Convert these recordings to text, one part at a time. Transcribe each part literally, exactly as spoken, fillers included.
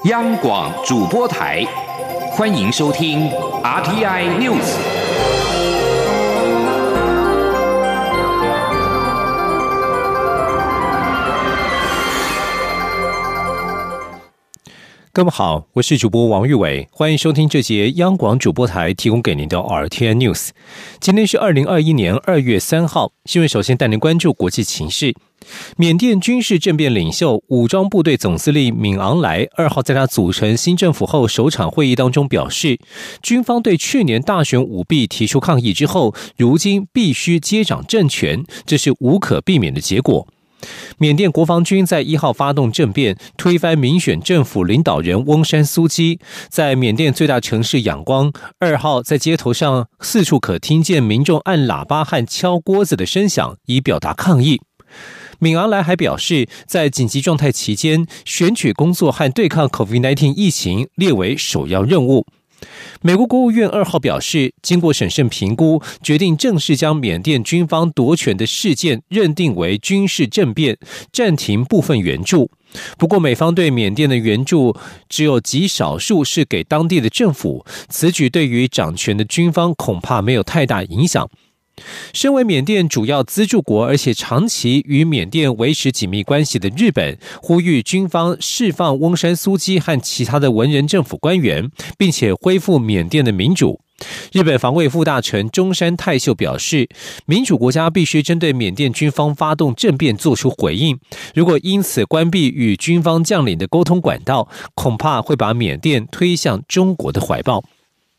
央广主播台，欢迎收听 R T I News。 各位好，我是主播王玉伟，欢迎收听这节央广主播台提供给您的 R T I News。今天是二零二一年二月三号，新闻首先带您关注国际情势。缅甸军事政变领袖、武装部队总司令敏昂莱二号在他组成新政府后首场会议当中表示，军方对去年大选舞弊提出抗议之后，如今必须接掌政权，这是无可避免的结果。缅甸国防军在一号发动政变，推翻民选政府领导人翁山苏基，在缅甸最大城市仰光，二号在街头上四处可听见民众按喇叭和敲锅子的声响，以表达抗议。敏昂莱还表示，在紧急状态期间，选举工作和对抗 COVID 十九 疫情列为首要任务。美国国务院二号表示，经过审慎评估，决定正式将缅甸军方夺权的事件认定为军事政变，暂停部分援助。不过，美方对缅甸的援助只有极少数是给当地的政府，此举对于掌权的军方恐怕没有太大影响。身为缅甸主要资助国，而且长期与缅甸维持紧密关系的日本，呼吁军方释放翁山苏基和其他的文人政府官员，并且恢复缅甸的民主。日本防卫副大臣中山泰秀表示，民主国家必须针对缅甸军方发动政变做出回应，如果因此关闭与军方将领的沟通管道，恐怕会把缅甸推向中国的怀抱。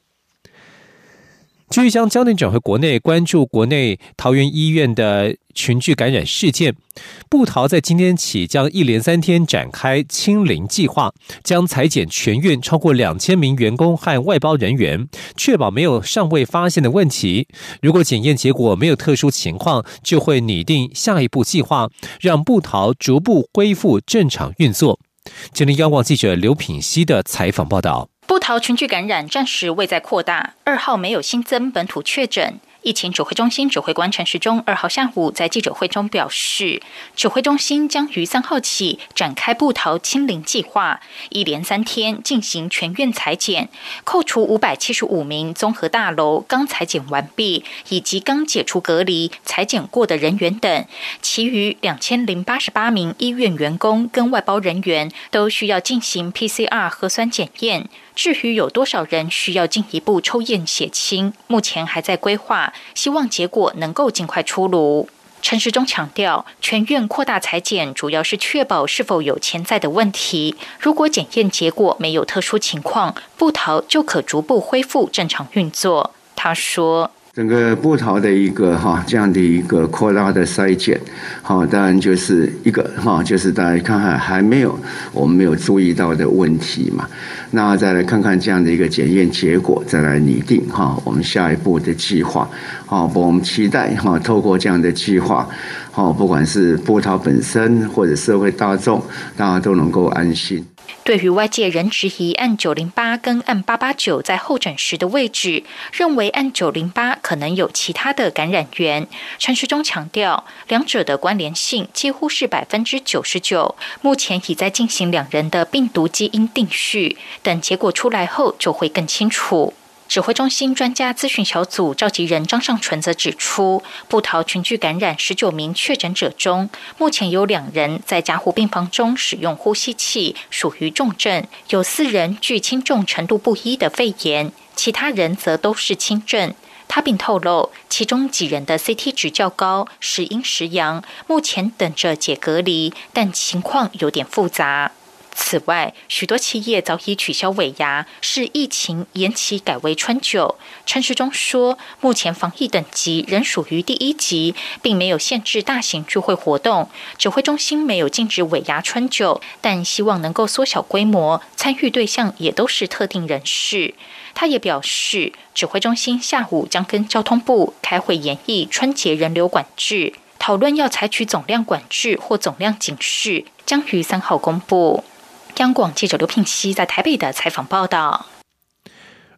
继续将焦点转回国内，关注国内桃园医院的群聚感染事件。部桃在今天起将一连三天展开清零计划，将采检全院超过两千名员工和外包人员，确保没有尚未发现的问题。如果检验结果没有特殊情况，就会拟定下一步计划，让部桃逐步恢复正常运作。今天央广记者刘品希的采访报道。 部桃群聚感染暂时未再扩大，二号没有新增本土确诊。疫情指挥中心指挥官陈时中二号下午在记者会中表示，指挥中心将于三号起展开部桃清零计划，一连三天进行全院采检，扣除五百七十五名综合大楼刚采检完毕以及刚解除隔离采检过的人员等，其余两千零八十八名医院员工跟外包人员都需要进行 P C R 核酸检验。至于有多少人需要进一步抽验血清，目前还在规划，希望结果能够尽快出炉。陈时中强调，全院扩大采检主要是确保是否有潜在的问题，如果检验结果没有特殊情况，部桃就可逐步恢复正常运作。他说， 整个部桃的一个哈这样的一个扩大的筛检，好，当然就是一个哈，就是大家看看还没有我们没有注意到的问题嘛，那再来看看这样的一个检验结果，再来拟定哈我们下一步的计划。好，我们期待哈透过这样的计划，好，不管是部桃本身或者社会大众，大家都能够安心。 对于外界仍质疑案九零八跟案八八九在候诊时的位置，认为案九零八可能有其他的感染源，陈时中强调，两者的关联性几乎是百分之九十九，目前已在进行两人的病毒基因定序，等结果出来后就会更清楚。指挥中心专家咨询小组召集人张尚纯则指出，部桃群聚感染十九名确诊者中，目前有两人在加护病房中使用呼吸器，属于重症；有四人具轻重程度不一的肺炎，其他人则都是轻症。他并透露，其中几人的 C T 值较高，时阴时阳，目前等着解隔离，但情况有点复杂。此外，许多企业早已取消尾牙，视疫情延期改为春酒。陈时中说，目前防疫等级仍属于第一级，并没有限制大型聚会活动。指挥中心没有禁止尾牙春酒，但希望能够缩小规模，参与对象也都是特定人士。他也表示，指挥中心下午将跟交通部开会研议春节人流管制，讨论要采取总量管制或总量警示，将于三号公布。央广记者刘聘熙在台北的采访报道。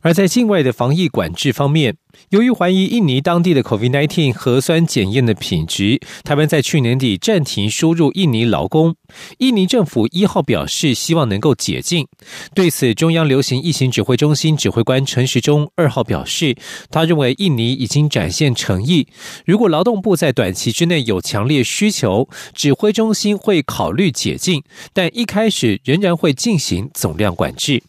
而在境外的防疫管制方面，由于怀疑印尼当地的 COVID 十九 核酸检验的品质，台湾在去年底暂停输入印尼劳工。印尼政府一号表示希望能够解禁。对此，中央流行疫情指挥中心指挥官陈时中二号表示，他认为印尼已经展现诚意，如果劳动部在短期之内有强烈需求，指挥中心会考虑解禁，但一开始仍然会进行总量管制。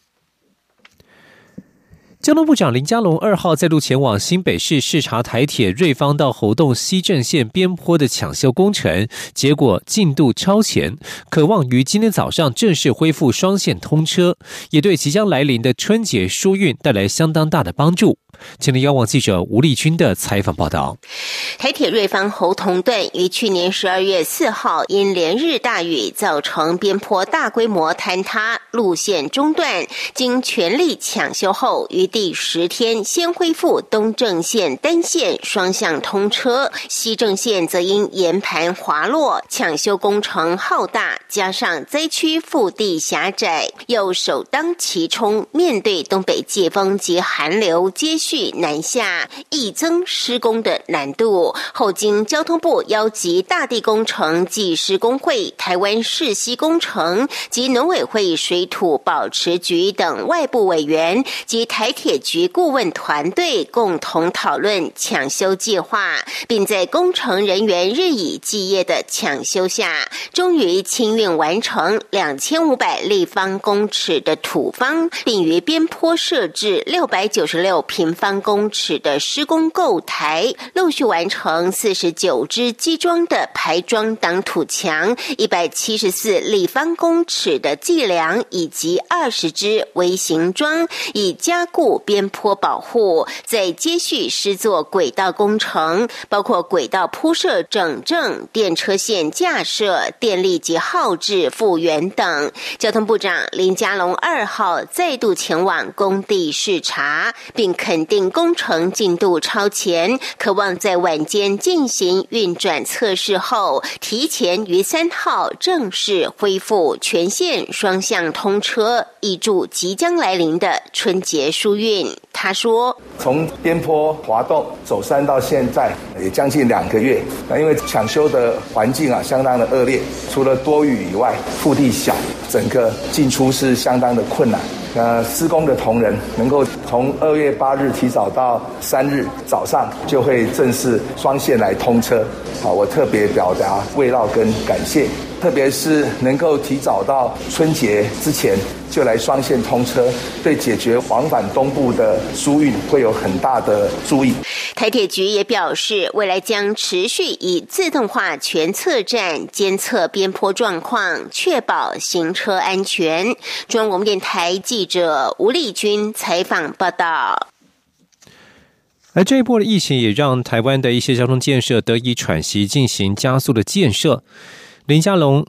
交通部长林佳龙二号再度前往新北市视察台铁瑞芳到猴硐西正线边坡的抢修工程，结果进度超前，可望于今天早上正式恢复双线通车，也对即将来临的春节疏运带来相当大的帮助。前天央网记者吴丽君的采访报道。 台铁瑞芳猴硐段于去年十二月四号因连日大雨造成边坡大规模坍塌，路线中断，经全力抢修后，于第十天先恢复东正线单线双向通车，西正线则因岩盘滑落，抢修工程浩大，加上灾区腹地狭窄，又首当其冲，面对东北季风及寒流接续南下，亦增施工的难度。后经交通部邀集大地工程暨施工会、台湾世溪工程及农委会水土保持局等外部委员及台铁局顾问团队共同讨论抢修计划，并在工程人员日以继夜的抢修下，终于清运完成两千五百立方公尺的土方，并于边坡设置六百九十六平方公尺的施工构台，陆续完成四十九支基桩的排桩挡土墙，一百七十四立方公尺的计量，以及二十支微型桩，以加固边坡保护。在接续施作轨道工程，包括轨道铺设整正、电车线架设、电力及耗质复原等。交通部长林佳龙二号再度前往工地视察，并肯定工程进度超前，可望在晚间进行运转测试后，提前于三号正式恢复全线双向通车，挹注即将来临的春节疏运。他说， 从边坡滑动走山到现在也将近两个月，那因为抢修的环境啊相当的恶劣，除了多雨以外，腹地小，整个进出是相当的困难。那施工的同仁能够从二月八日提早到三日早上就会正式双线来通车，好，我特别表达慰劳跟感谢，特别是能够提早到春节之前就来双线通车，对解决往返东部的疏运会有很大的注意。 台铁局也表示，未来将持续以自动化全测站监测边坡状况，确保行车安全。中央广播电台记者吴丽君采访报道。 而这一波的疫情也让台湾的一些交通建设得以喘息，进行加速的建设。林佳龙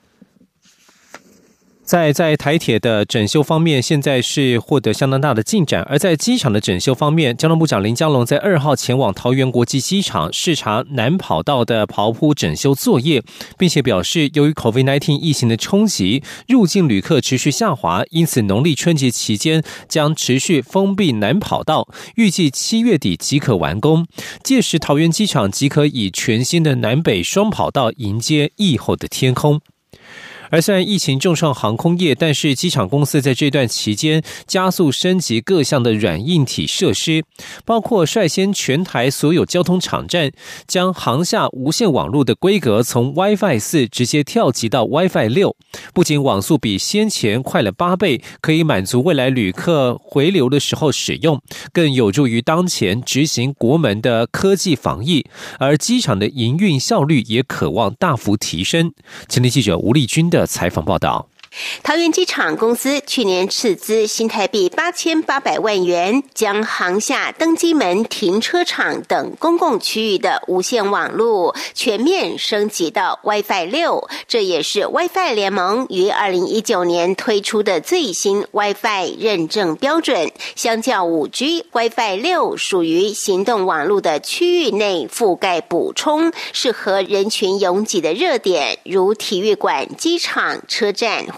在在台铁的整修方面，现在是获得相当大的进展。而在机场的整修方面，交通部长林佳龙在二号前往桃园国际机场视察南跑道的刨铺整修作业，并且表示，由于 COVID 十九 疫情的冲击，入境旅客持续下滑，因此农历春节期间将持续封闭南跑道，预计七月底即可完工。届时，桃园机场即可以全新的南北双跑道迎接疫后的天空。而虽然疫情重创航空业，但是机场公司在这段期间加速升级各项的软硬体设施，包括率先全台所有交通场站将航厦无线网络的规格从 Wi-Fi 四 直接跳级到 Wi-Fi 六，不仅网速比先前快了八倍，可以满足未来旅客回流的时候使用，更有助于当前执行国门的科技防疫，而机场的营运效率也可望大幅提升。前天记者吴丽君的采访报道。 桃园机场公司去年斥资新台币八千八百万元，将航厦、登机门、停车场等公共区域的无线网络全面升级到 Wi-Fi 六，这也是 Wi-Fi 联盟于二零一九年推出的最新 Wi-Fi 认证标准。相较 五 G， Wi-Fi 六属于行动网络的区域内覆盖补充，适合人群拥挤的热点，如体育馆、机场、车站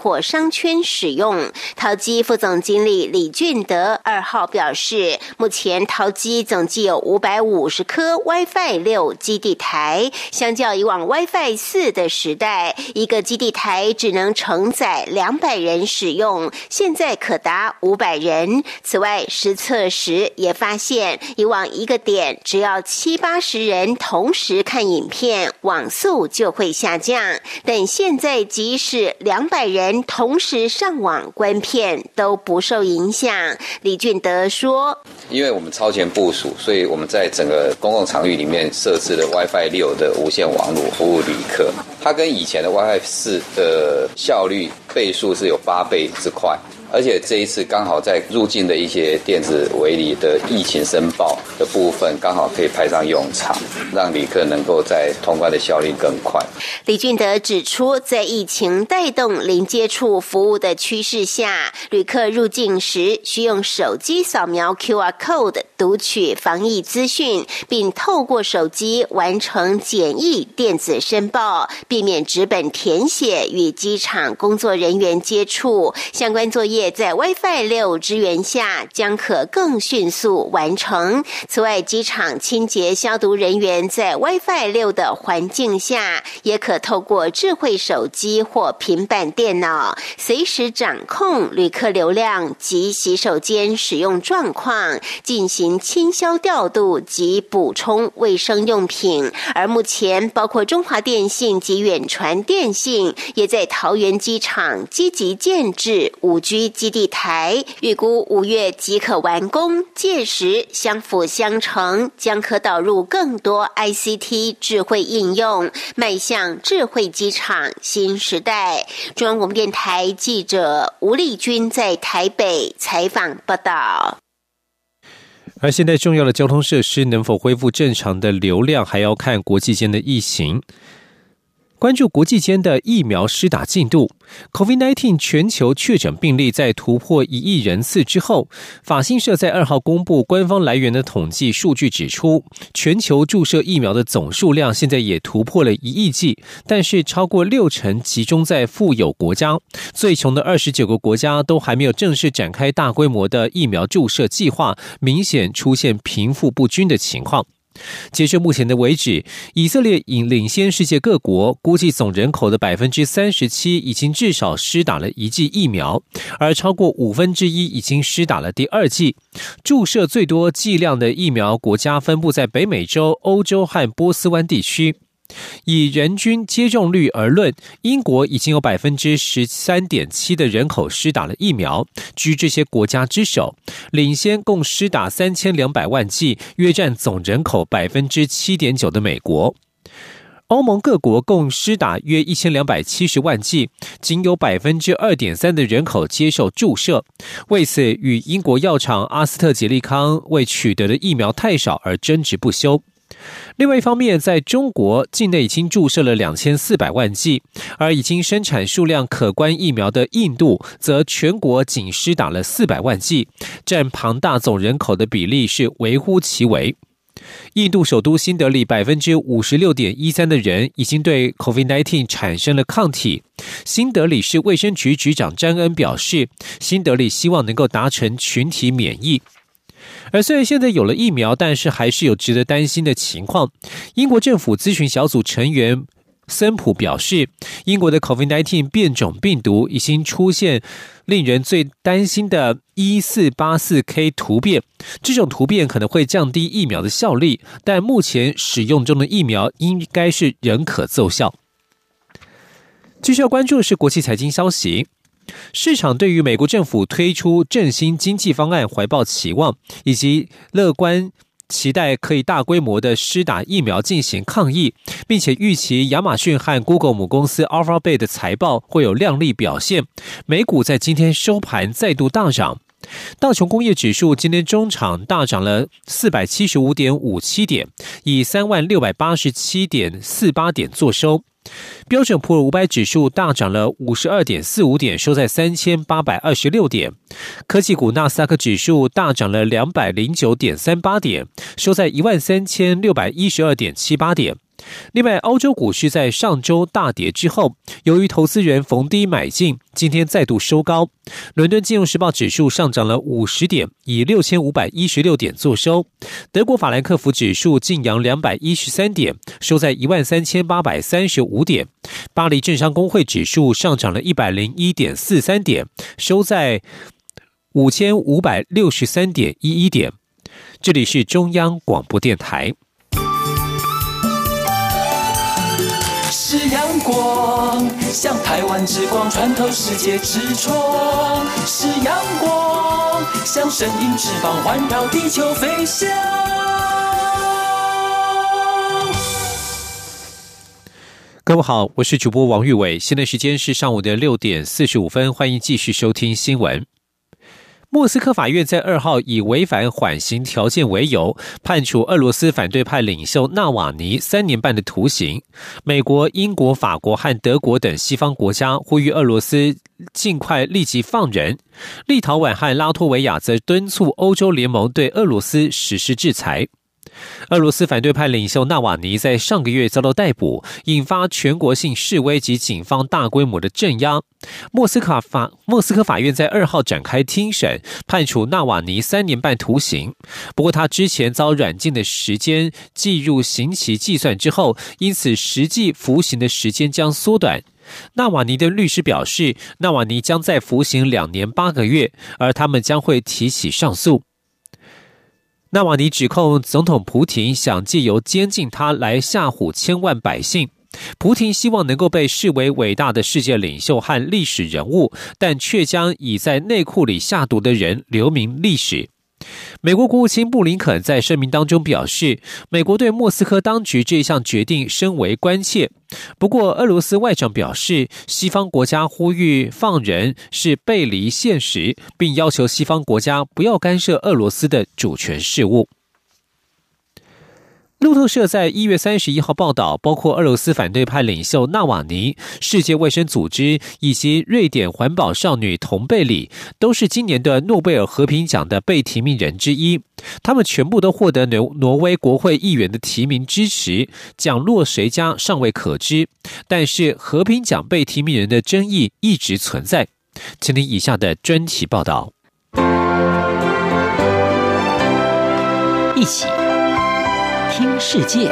或商圈使用。桃机副总经理李俊德二号表示，目前桃机总计有五百五十颗 WiFi 六基地台，相较以往 WiFi 四的时代，一个基地台只能承载两百人使用，现在可达五百人。此外，实测时也发现，以往一个点只要七八十人同时看影片，网速就会下降，但现在即使两百人同时上网观片都不受影响。李俊德说， 因为我们超前部署，所以我们在整个公共场域里面设置了 WiFi 六的无线网络服务旅客，它跟以前的 WiFi 四的效率倍数是有八倍之快。而且这一次刚好在入境的一些电子围篱的疫情申报的部分，刚好可以派上用场，让旅客能够在通关的效率更快。 李俊德指出，在疫情带动零接触服务的趋势下，旅客入境时需用手机扫描 Q R code 读取防疫资讯，并透过手机完成检疫电子申报，避免纸本填写与机场工作人员接触。相关作业在 WiFi 六支援下将可更迅速完成。此外，机场清洁消毒人员在 WiFi 六的环境下，也可透过智慧手机或平板电脑随时掌控旅客流量及洗手间使用状况，进行清消调度及补充卫生用品。而目前包括中华电信及远传电信也在桃园机场积极建置 五 G 基地台，预估五月即可完工，届时相辅相成，将可导入更多 I C T 智慧应用，迈向智慧机场新时代。中央广播电台记者吴丽君在台北采访报道。 而现在重要的交通设施能否恢复正常的流量，还要看国际间的疫情。关注国际间的疫苗施打进度。 COVID 十九 全球确诊病例在突破一亿人次之后，法新社在二号公布官方来源的统计数据，指出全球注射疫苗的总数量现在也突破了一亿剂，但是超过六成集中在富有国家，最穷的二十九个国家都还没有正式展开大规模的疫苗注射计划，明显出现贫富不均的情况。截至目前的为止，以色列已领先世界各国，估计总人口的 百分之三十七 已经至少施打了一剂疫苗，而超过五分之一已经施打了第二剂。注射最多剂量的疫苗国家分布在北美洲、欧洲和波斯湾地区。以人均接种率而论，英国已经有 百分之十三点七 的人口施打了疫苗，居这些国家之首，领先共施打三千两百万剂，约占总人口 百分之七点九 的美国。欧盟各国共施打约一千两百七十万剂，仅有 百分之二点三 的人口接受注射。为此，与英国药厂阿斯特捷利康为取得的疫苗太少而争执不休。另外一方面，在中国境内已经注射了两千四百万剂，而已经生产数量可观疫苗的印度则全国仅施打了四百万剂，占庞大总人口的比例是微乎其微。印度首都新德里 百分之五十六点一三 的人已经对 COVID 十九 产生了抗体。新德里市卫生局局长詹恩表示，新德里希望能够达成群体免疫。而虽然现在有了疫苗，但是还是有值得担心的情况。英国政府咨询小组成员森普表示，英国的 COVID 十九 变种病毒已经出现令人最担心的一四八四 K 突变，这种突变可能会降低疫苗的效力，但目前使用中的疫苗应该是仍可奏效。继续要关注的是国际财经消息。市场对于美国政府推出振兴经济方案怀抱期望，以及乐观期待可以大规模的施打疫苗进行抗疫，并且预期亚马逊和 Google 母公司 Alphabet 的财报会有亮丽表现。美股在今天收盘再度大涨，道琼工业指数今天中场大涨了 四百七十五点五七 点，以 三万六百八十七点四八 点作收。标准普尔五百指数大涨了 五十二点四五 点，收在三千八百二十六点。科技股纳斯达克指数大涨了 两百零九点三八 点，收在一万三千六百一十二点七八 点。 另外，欧洲股市在上周大跌之后，由于投资人逢低买进，今天再度收高。伦敦金融时报指数上涨了五十点，以六千五百一十六点作收。德国法兰克福指数晋扬两百一十三点，收在一万三千八百三十五点。巴黎政商工会指数上涨了一百零一点四三点，收在五千五百六十三点一一点。这里是中央广播电台。 是阳光，像台湾之光穿透世界之窗；是阳光，像神鹰翅膀环绕地球飞翔。 各位好，我是主播王玉伟，现在时间是上午的六点四十五分，欢迎继续收听新闻。莫斯科法院在二号以违反缓刑条件为由，判处俄罗斯反对派领袖纳瓦尼三年半的徒刑。美国、英国、法国和德国等西方国家呼吁俄罗斯尽快立即放人。立陶宛和拉脱维亚则敦促欧洲联盟对俄罗斯实施制裁。俄罗斯反对派领袖纳瓦尼在上个月遭到逮捕，引发全国性示威及警方大规模的镇压。莫斯科法莫斯科法院在二号展开听审，判处纳瓦尼三年半徒刑。不过他之前遭软禁的时间计入刑期计算之后，因此实际服刑的时间将缩短。纳瓦尼的律师表示，纳瓦尼将再服刑两年八个月，而他们将会提起上诉。纳瓦尼指控总统普廷想借由监禁他来吓唬千万百姓。普廷希望能够被视为伟大的世界领袖和历史人物，但却将已在内库里下毒的人留名历史。美国国务卿布林肯在声明当中表示，美国对莫斯科当局这项决定深为关切。不过，俄罗斯外长表示，西方国家呼吁放人是背离现实，并要求西方国家不要干涉俄罗斯的主权事务。路透社在一月三十一号报道，包括俄罗斯反对派领袖纳瓦尼、世界卫生组织以及瑞典环保少女童贝里，都是今年的诺贝尔和平奖的被提名人之一。他们全部都获得挪挪威国会议员的提名支持，奖落谁家尚未可知。但是和平奖被提名人的争议一直存在。请听以下的专题报道。 一起听世界，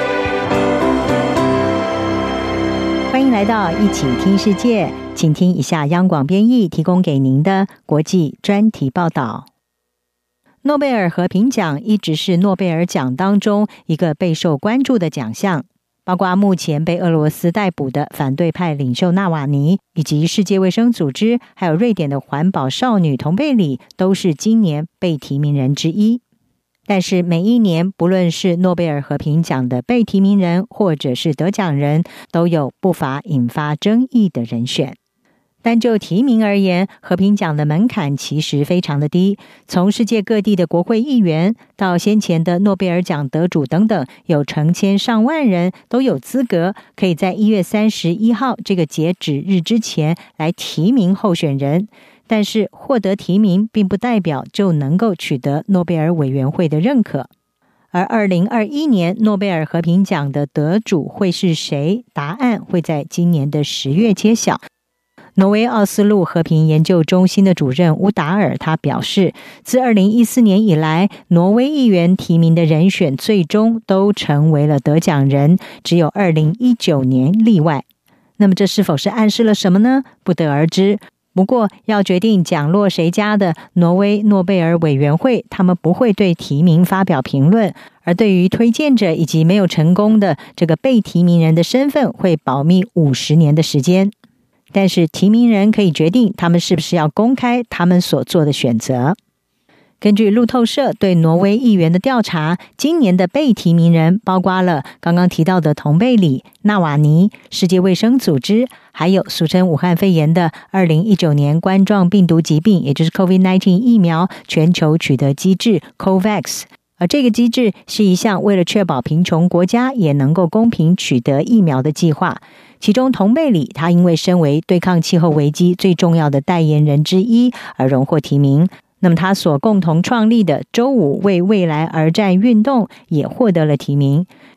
欢迎来到一起听世界，请听以下央广编译提供给您的国际专题报道。诺贝尔和平奖一直是诺贝尔奖当中一个备受关注的奖项，包括目前被俄罗斯逮捕的反对派领袖纳瓦尼，以及世界卫生组织，还有瑞典的环保少女童贝里，都是今年被提名人之一。但是每一年，不论是诺贝尔和平奖的被提名人或者是得奖人，都有不乏引发争议的人选。但就提名而言，和平奖的门槛其实非常的低，从世界各地的国会议员到先前的诺贝尔奖得主等等，有成千上万人都有资格可以在一月三十一号这个截止日之前来提名候选人。但是获得提名并不代表就能够取得诺贝尔委员会的认可。而二零二一年诺贝尔和平奖的得主会是谁？答案会在今年的十月揭晓。挪威奥斯陆和平研究中心的主任乌达尔他表示，自二零一四年以来，挪威议员提名的人选最终都成为了得奖人，只有二零一九年例外。那么这是否是暗示了什么呢？不得而知。不过要决定奖落谁家的挪威诺贝尔委员会，他们不会对提名发表评论，而对于推荐者以及没有成功的这个被提名人的身份会保密五十年的时间。但是提名人可以决定他们是不是要公开他们所做的选择。根据路透社对挪威议员的调查，今年的被提名人包括了刚刚提到的童贝里、纳瓦尼、世界卫生组织，还有俗称武汉肺炎的二零一九年冠状病毒疾病，也就是 COVID 十九 疫苗全球取得机制 COVAX。而这个机制是一项为了确保贫穷国家也能够公平取得疫苗的计划。其中童贝里他因为身为对抗气候危机最重要的代言人之一而荣获提名。那么他所共同创立的周五为未来而战运动也获得了提名。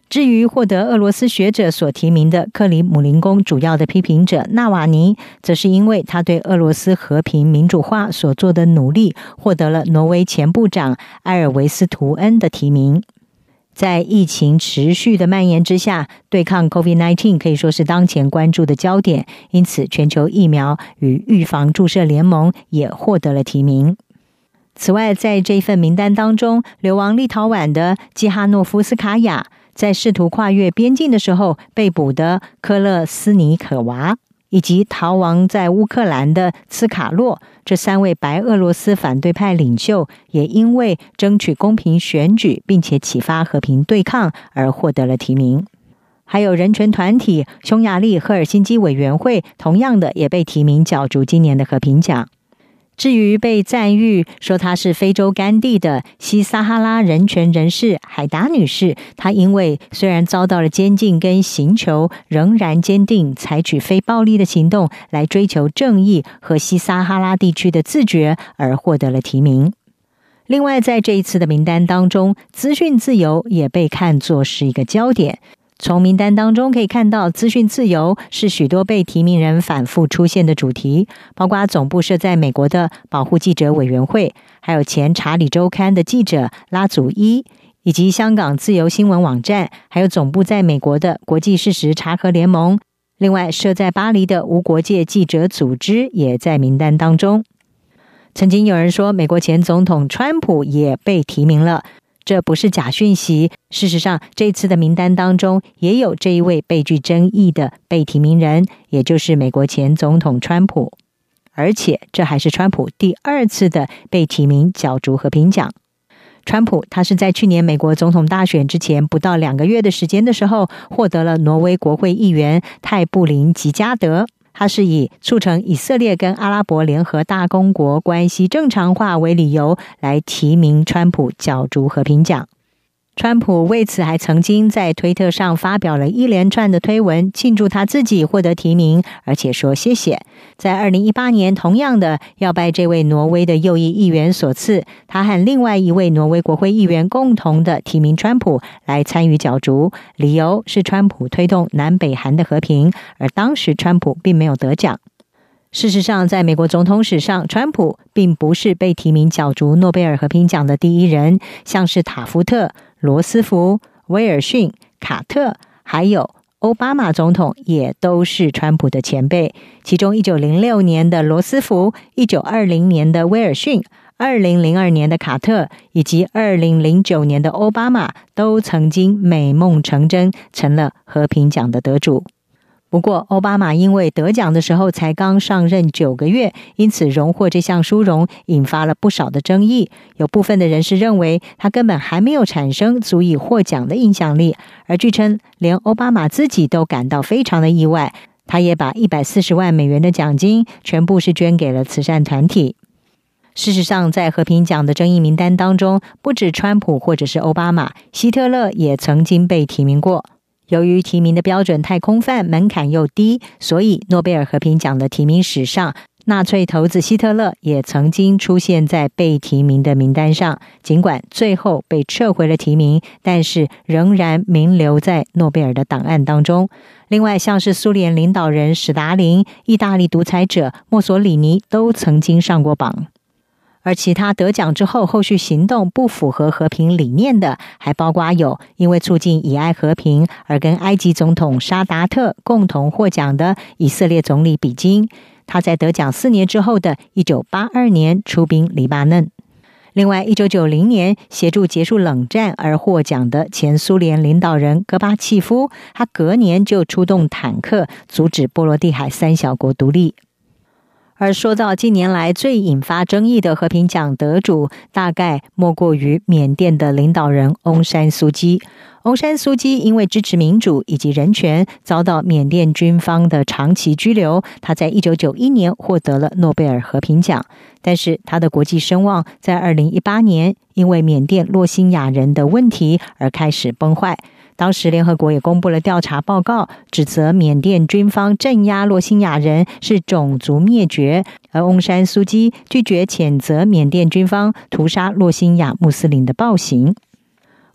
至于获得俄罗斯学者所提名的克里姆林宫主要的批评者纳瓦尼，则是因为他对俄罗斯和平民主化所做的努力，获得了挪威前部长埃尔维斯图恩的提名。在疫情持续的蔓延之下，对抗 COVID 十九 可以说是当前关注的焦点，因此全球疫苗与预防注射联盟也获得了提名。此外，在这一份名单当中，流亡立陶宛的基哈诺夫斯卡娅，在试图跨越边境的时候被捕的科勒斯尼可娃，以及逃亡在乌克兰的茨卡洛，这三位白俄罗斯反对派领袖也因为争取公平选举并且启发和平对抗而获得了提名。还有人权团体匈牙利赫尔辛基委员会同样的也被提名角逐今年的和平奖。至于被赞誉说她是非洲甘地的西撒哈拉人权人士海达女士，她因为虽然遭到了监禁跟刑求，仍然坚定采取非暴力的行动来追求正义和西撒哈拉地区的自决，而获得了提名。另外，在这一次的名单当中，资讯自由也被看作是一个焦点。从名单当中可以看到，资讯自由是许多被提名人反复出现的主题，包括总部设在美国的保护记者委员会，还有前查理周刊的记者拉祖伊，以及香港自由新闻网站，还有总部在美国的国际事实查核联盟。另外，设在巴黎的无国界记者组织也在名单当中。曾经有人说，美国前总统川普也被提名了，这不是假讯息。事实上，这次的名单当中也有这一位备具争议的被提名人，也就是美国前总统川普。而且这还是川普第二次的被提名角逐和平奖。川普他是在去年美国总统大选之前不到两个月的时间的时候，获得了挪威国会议员泰布林吉加德。他是以促成以色列跟阿拉伯联合大公国关系正常化为理由来提名川普角逐和平奖。川普为此还曾经在推特上发表了一连串的推文，庆祝他自己获得提名，而且说谢谢。在二零一八年，同样的要拜这位挪威的右翼议员所赐，他和另外一位挪威国会议员共同的提名川普来参与角逐，理由是川普推动南北韩的和平，而当时川普并没有得奖。事实上，在美国总统史上，川普并不是被提名角逐诺贝尔和平奖的第一人，像是塔夫特、罗斯福、威尔逊、卡特，还有奥巴马总统也都是川普的前辈。其中一九零六年的罗斯福、一九二零年的威尔逊、二零零二年的卡特以及二零零九年的奥巴马都曾经美梦成真，成了和平奖的得主。不过奥巴马因为得奖的时候才刚上任九个月，因此荣获这项殊荣引发了不少的争议。有部分的人士认为他根本还没有产生足以获奖的影响力，而据称连奥巴马自己都感到非常的意外。他也把一百四十万美元的奖金全部是捐给了慈善团体。事实上，在和平奖的争议名单当中，不止川普或者是奥巴马，希特勒也曾经被提名过。由于提名的标准太空泛，门槛又低，所以诺贝尔和平奖的提名史上，纳粹头子希特勒也曾经出现在被提名的名单上。尽管最后被撤回了提名，但是仍然名留在诺贝尔的档案当中。另外，像是苏联领导人史达林、意大利独裁者墨索里尼都曾经上过榜。而其他得奖之后后续行动不符合和平理念的，还包括有因为促进以埃和平而跟埃及总统沙达特共同获奖的以色列总理比金，他在得奖四年之后的一九八二年出兵黎巴嫩。另外，一九九零年协助结束冷战而获奖的前苏联领导人戈巴契夫，他隔年就出动坦克阻止波罗的海三小国独立。而说到近年来最引发争议的和平奖得主，大概莫过于缅甸的领导人翁山苏基。翁山苏基因为支持民主以及人权，遭到缅甸军方的长期拘留。他在一九九一年获得了诺贝尔和平奖，但是他的国际声望在二零一八年因为缅甸洛辛亚人的问题而开始崩坏。当时联合国也公布了调查报告，指责缅甸军方镇压洛辛亚人是种族灭绝，而翁山苏基拒绝谴责缅甸军方屠杀洛辛亚穆斯林的暴行。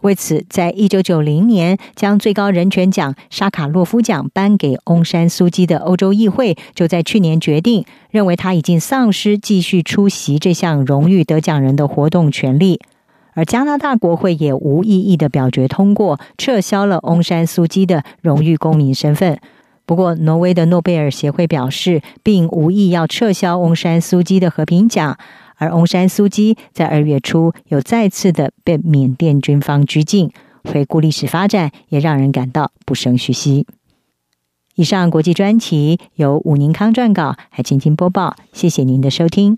为此，在一九九零年将最高人权奖沙卡洛夫奖颁给翁山苏姬的欧洲议会，就在去年决定，认为他已经丧失继续出席这项荣誉得奖人的活动权利。而加拿大国会也无异议的表决通过，撤销了翁山苏姬的荣誉公民身份。不过，挪威的诺贝尔协会表示，并无意要撤销翁山苏姬的和平奖。而翁山苏姬在二月初又再次的被缅甸军方拘禁，回顾历史发展也让人感到不胜唏嘘。以上国际专题由武宁康撰稿，海青青播报，谢谢您的收听。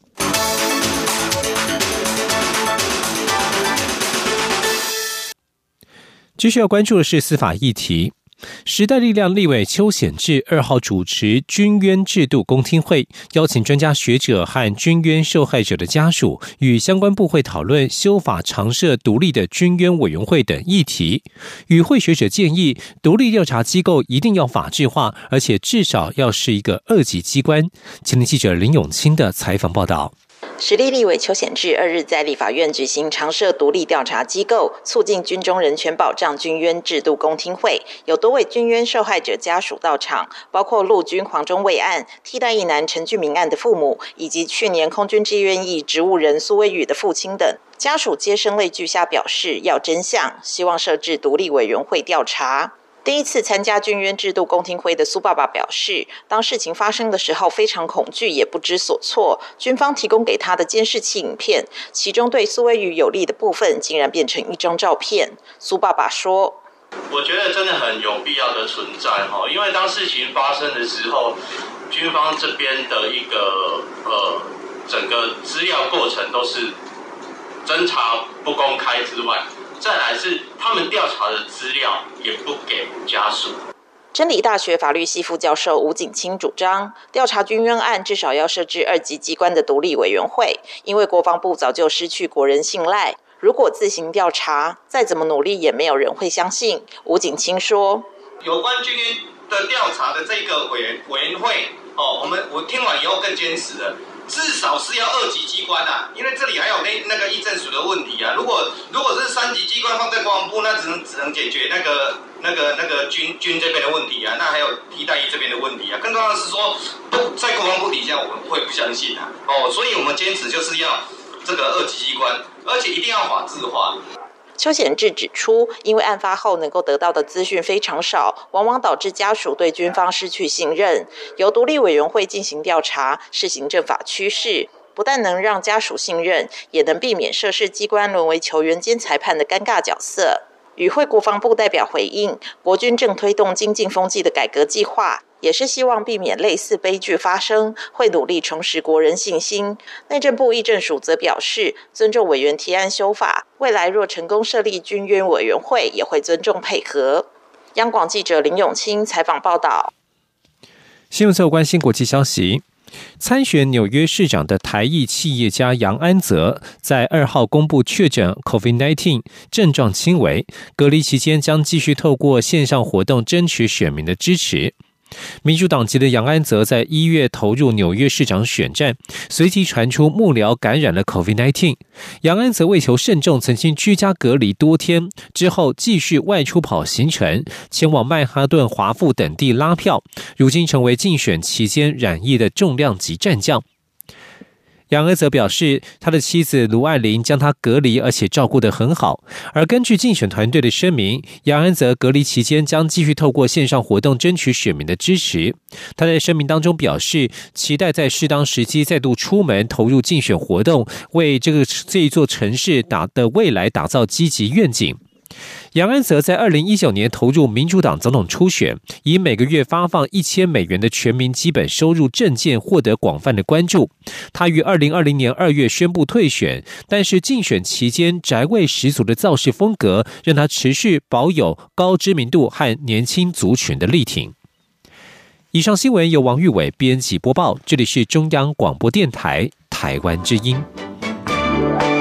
继续要关注的是司法议题。时代力量立委邱显智二号主持军冤制度公听会，邀请专家学者和军冤受害者的家属与相关部会讨论修法常设独立的军冤委员会等议题。与会学者建议，独立调查机构一定要法制化，而且至少要是一个二级机关。前天记者林永清的采访报道。 时力立委邱显智二日在立法院举行常设独立调查机构促进军中人权保障军冤制度公听会，有多位军冤受害者家属到场，包括陆军黄中卫案、替代役男陈俊明案的父母，以及去年空军志愿役植物人苏威宇的父亲等。家属皆声泪俱下表示要真相，希望设置独立委员会调查。第一次参加军冤制度公听会的苏爸爸表示，当事情发生的时候非常恐惧，也不知所措。军方提供给他的监视器影片，其中对苏威宇有利的部分竟然变成一张照片。苏爸爸说， 我觉得真的很有必要的存在，因为当事情发生的时候，军方这边的一个呃整个资料过程都是侦查不公开之外，再来是他们调查的资料也不给家属。 真理大学法律系副教授吴景清主张，调查军冤案至少要设置二级机关的独立委员会，因为国防部早就失去国人信赖，如果自行调查，再怎么努力也没有人会相信。吴景清说， 有关军冤的调查的这个委员委员会，哦，我们我听完以后更坚持了。至少是要二级机关啊，因为这里还有那那个议政署的问题啊。如果如果是三级机关放在国防部，那只能只能解决那个那个那个军军这边的问题啊，那还有替代役这边的问题啊。更重要的是说，都在国防部底下，我们会不相信啊。哦，所以我们坚持就是要这个二级机关，而且一定要法制化。 邱显智指出，因为案发后能够得到的资讯非常少，往往导致家属对军方失去信任。由独立委员会进行调查是行政法趋势，不但能让家属信任，也能避免涉事机关沦为球员兼裁判的尴尬角色。与会国防部代表回应，国军正推动精进风纪的改革计划，也是希望避免类似悲剧发生，会努力重拾国人信心。内政部议政署则表示，尊重委员提案修法，未来若成功设立军冤委员会，也会尊重配合。央广记者林永清采访报道。 新闻最后关心国际消息。参选纽约市长的台裔企业家杨安泽在二号公布确诊 COVID 十九， 症状轻微，隔离期间将继续透过线上活动争取选民的支持。民主党籍的杨安泽在一月投入纽约市长选战，随即传出幕僚感染了 COVID 十九。 杨安泽为求慎重，曾经居家隔离多天，之后继续外出跑行程，前往曼哈顿、华富等地拉票，如今成为竞选期间染疫的重量级战将。杨安泽表示，他的妻子卢爱玲将他隔离，而且照顾得很好。而根据竞选团队的声明，杨安泽隔离期间将继续透过线上活动争取选民的支持。他在声明当中表示，期待在适当时机再度出门投入竞选活动，为这个这一座城市打的未来打造积极愿景。杨安泽在二零一九年投入民主党总统初选，以每个月发放一千美元的全民基本收入政见获得广泛的关注。他于二零二零年二月宣布退选，但是竞选期间宅味十足的造势风格，让他持续保有高知名度和年轻族群的力挺。以上新闻由王玉伟编辑播报，这里是中央广播电台台湾之音。